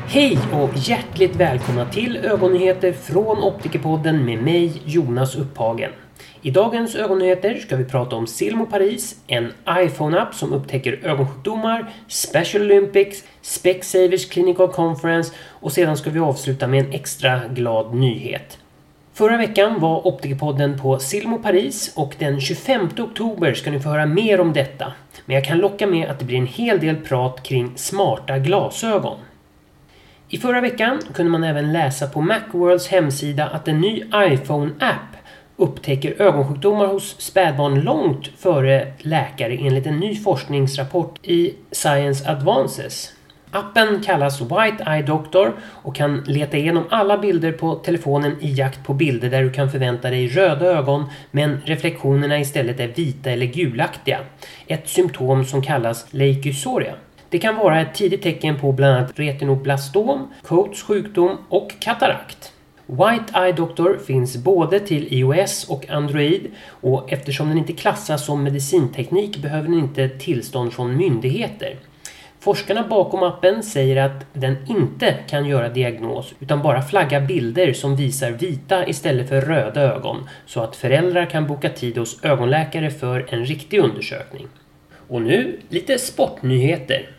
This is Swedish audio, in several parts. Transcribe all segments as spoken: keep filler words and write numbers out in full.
Hej och hjärtligt välkomna till ögonnyheter från Optikerpodden med mig Jonas Upphagen. I dagens ögonnyheter ska vi prata om Silmo Paris, en iPhone-app som upptäcker ögonsjukdomar, Special Olympics, Specsavers Clinical Conference och sedan ska vi avsluta med en extra glad nyhet. Förra veckan var Optikerpodden på Silmo Paris och den tjugofemte oktober ska ni få höra mer om detta. Men jag kan locka med att det blir en hel del prat kring smarta glasögon. I förra veckan kunde man även läsa på Macworlds hemsida att en ny iPhone-app upptäcker ögonsjukdomar hos spädbarn långt före läkare enligt en ny forskningsrapport i Science Advances. Appen kallas White Eye Doctor och kan leta igenom alla bilder på telefonen i jakt på bilder där du kan förvänta dig röda ögon men reflektionerna istället är vita eller gulaktiga. Ett symptom som kallas leukosuria. Det kan vara ett tidigt tecken på bland annat retinoblastom, Coats sjukdom och katarakt. White Eye Doctor finns både till iOS och Android och eftersom den inte klassas som medicinteknik behöver den inte tillstånd från myndigheter. Forskarna bakom appen säger att den inte kan göra diagnos utan bara flagga bilder som visar vita istället för röda ögon så att föräldrar kan boka tid hos ögonläkare för en riktig undersökning. Och nu lite sportnyheter.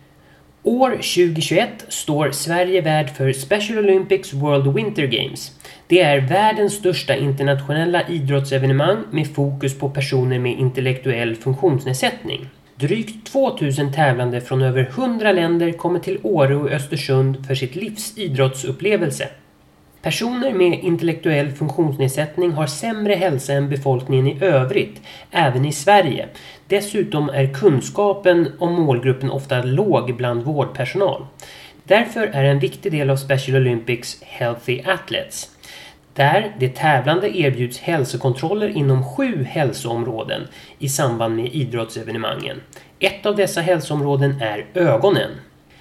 År tjugohundratjugoett står Sverige värd för Special Olympics World Winter Games. Det är världens största internationella idrottsevenemang med fokus på personer med intellektuell funktionsnedsättning. Drygt tvåtusen tävlande från över hundra länder kommer till Åre och Östersund för sitt livs idrottsupplevelse. Personer med intellektuell funktionsnedsättning har sämre hälsa än befolkningen i övrigt, även i Sverige. Dessutom är kunskapen om målgruppen ofta låg bland vårdpersonal. Därför är en viktig del av Special Olympics Healthy Athletes. Där de tävlande erbjuds hälsokontroller inom sju hälsoområden i samband med idrottsevenemangen. Ett av dessa hälsoområden är ögonen.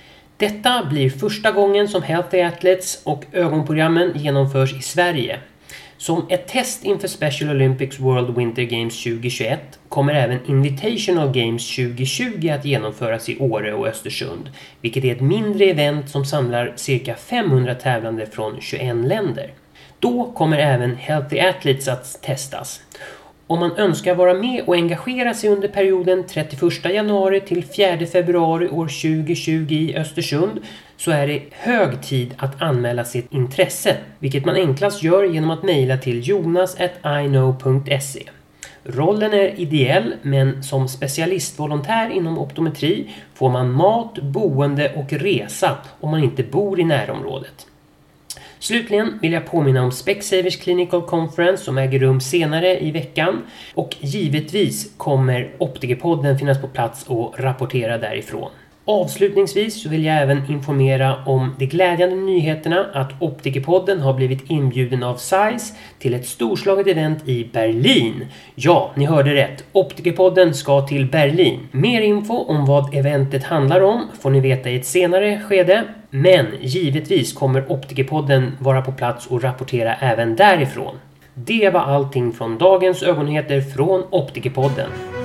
Detta blir första gången som Healthy Athletes och ögonprogrammen genomförs i Sverige. Som ett test inför Special Olympics World Winter Games tjugohundratjugoett kommer även Invitational Games tjugohundratjugo att genomföras i Åre och Östersund, vilket är ett mindre event som samlar cirka femhundra tävlande från tjugoett länder. Då kommer även Healthy Athletes att testas. Om man önskar vara med och engagera sig under perioden trettioförsta januari till fjärde februari år tjugohundratjugo i Östersund så är det hög tid att anmäla sitt intresse, vilket man enklast gör genom att mejla till jonas at iknow punkt se. Rollen är ideell, men som specialistvolontär inom optometri får man mat, boende och resa om man inte bor i närområdet. Slutligen vill jag påminna om Specsavers Clinical Conference som äger rum senare i veckan och givetvis kommer Optikerpodden finnas på plats och rapportera därifrån. Avslutningsvis så vill jag även informera om de glädjande nyheterna att Optikerpodden har blivit inbjuden av Zeiss till ett storslaget event i Berlin. Ja, ni hörde rätt. Optikerpodden ska till Berlin. Mer info om vad eventet handlar om får ni veta i ett senare skede. Men givetvis kommer Optikerpodden vara på plats och rapportera även därifrån. Det var allting från dagens ögonnyheter från Optikerpodden.